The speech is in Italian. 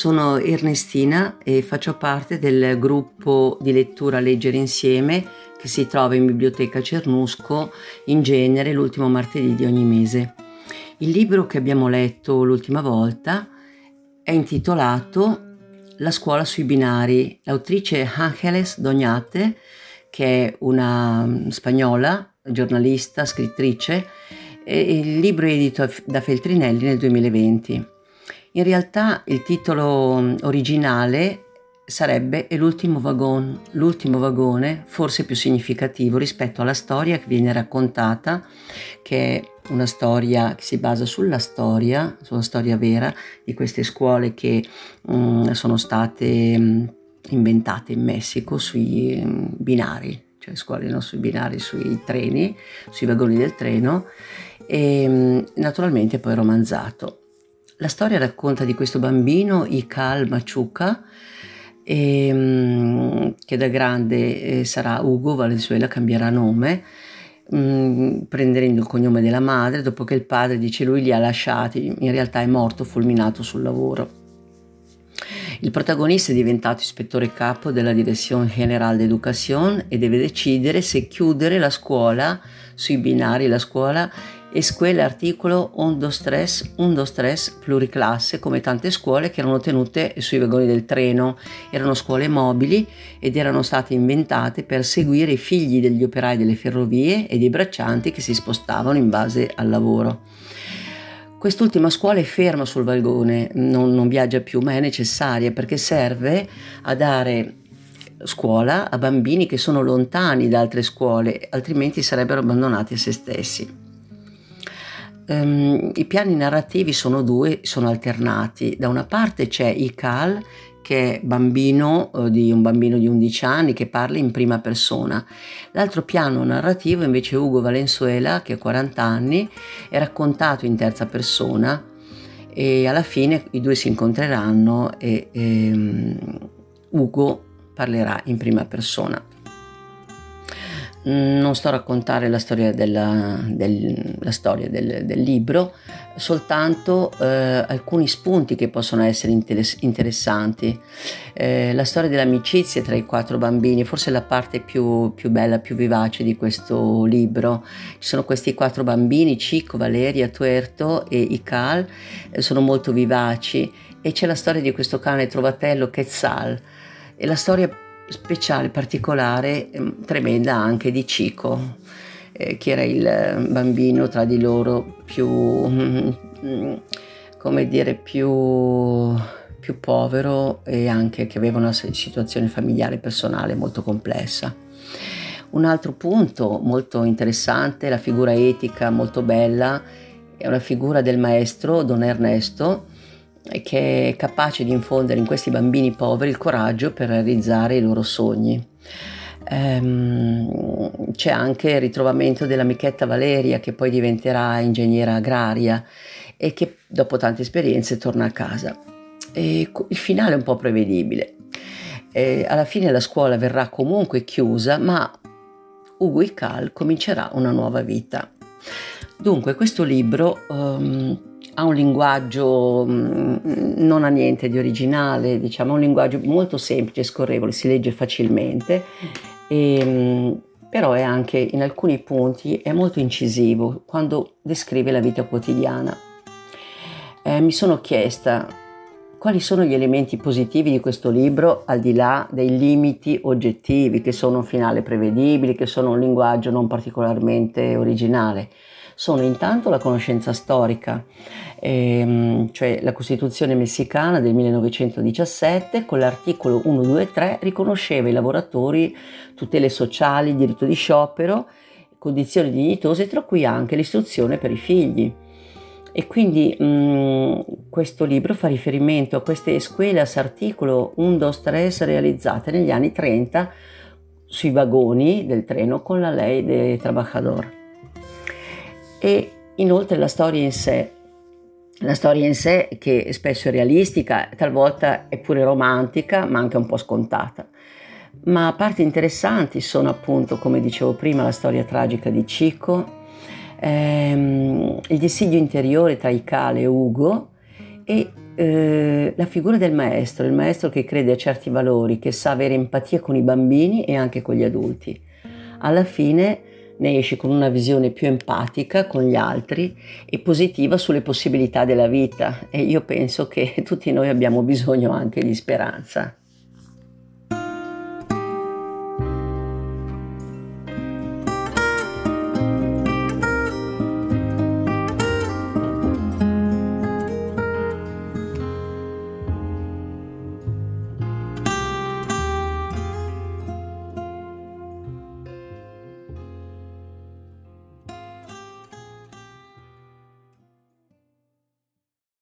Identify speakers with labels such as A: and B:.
A: Sono Ernestina e faccio parte del gruppo di lettura Leggere Insieme che si trova in Biblioteca Cernusco in genere l'ultimo martedì di ogni mese. Il libro che abbiamo letto l'ultima volta è intitolato La scuola sui binari. L'autrice è Ángeles Doñate, che è una spagnola, giornalista, scrittrice, e il libro è edito da Feltrinelli nel 2020. In realtà il titolo originale sarebbe È l'ultimo vagone, forse più significativo rispetto alla storia che viene raccontata, che è una storia che si basa sulla storia vera di queste scuole che sono state inventate in Messico sui binari, cioè scuole non sui binari, sui treni, sui vagoni del treno, e naturalmente poi romanzato. La storia racconta di questo bambino, Ikal Machuca, che da grande sarà Hugo Valenzuela, cambierà nome, prendendo il cognome della madre dopo che il padre, dice lui, li ha lasciati, in realtà è morto fulminato sul lavoro. Il protagonista è diventato ispettore capo della Dirección General de Educación e deve decidere se chiudere la scuola sui binari, la scuola Escuela articolo 123 pluriclasse, come tante scuole che erano tenute sui vagoni del treno. Erano scuole mobili ed erano state inventate per seguire i figli degli operai delle ferrovie e dei braccianti che si spostavano in base al lavoro. Quest'ultima scuola è ferma sul vagone, non viaggia più, ma è necessaria perché serve a dare scuola a bambini che sono lontani da altre scuole, altrimenti sarebbero abbandonati a se stessi. I piani narrativi sono due, sono alternati. Da una parte c'è Ikal, che è un bambino di 11 anni che parla in prima persona. L'altro piano narrativo invece è Hugo Valenzuela, che ha 40 anni, è raccontato in terza persona e alla fine i due si incontreranno e Hugo parlerà in prima persona. Non sto a raccontare la storia del libro, soltanto alcuni spunti che possono essere interessanti. La storia dell'amicizia tra i 4 bambini, forse la parte più bella, più vivace di questo libro. Ci sono questi 4 bambini, Chico, Valeria, Tuerto e Ikal, sono molto vivaci, e c'è la storia di questo cane trovatello Quetzal e la storia speciale, particolare, tremenda anche di Chico, che era il bambino tra di loro più povero e anche che aveva una situazione familiare personale molto complessa. Un altro punto molto interessante, la figura etica molto bella, è una figura del maestro Don Ernesto, che è capace di infondere in questi bambini poveri il coraggio per realizzare i loro sogni. C'è anche il ritrovamento dell'amichetta Valeria, che poi diventerà ingegnera agraria e che dopo tante esperienze torna a casa. E il finale è un po' prevedibile. Alla fine la scuola verrà comunque chiusa, ma Hugo Ikal comincerà una nuova vita. Dunque questo libro ha un linguaggio, non ha niente di originale, diciamo, ha un linguaggio molto semplice, scorrevole, si legge facilmente, però è anche in alcuni punti è molto incisivo quando descrive la vita quotidiana. Mi sono chiesta quali sono gli elementi positivi di questo libro, al di là dei limiti oggettivi, che sono un finale prevedibile, che sono un linguaggio non particolarmente originale. Sono intanto la conoscenza storica, cioè la Costituzione messicana del 1917 con l'articolo 123 riconosceva ai lavoratori tutele sociali, diritto di sciopero, condizioni dignitose, tra cui anche l'istruzione per i figli. E quindi questo libro fa riferimento a queste escuelas articolo 123 realizzate negli anni 30 sui vagoni del treno con la ley de trabajador. E inoltre la storia in sé, che spesso è realistica, talvolta è pure romantica, ma anche un po' scontata. Ma parti interessanti sono appunto, come dicevo prima, la storia tragica di Chico, il dissidio interiore tra Ikal e Hugo e La figura del maestro, il maestro che crede a certi valori, che sa avere empatia con i bambini e anche con gli adulti. Alla fine ne esci con una visione più empatica con gli altri e positiva sulle possibilità della vita, e io penso che tutti noi abbiamo bisogno anche di speranza.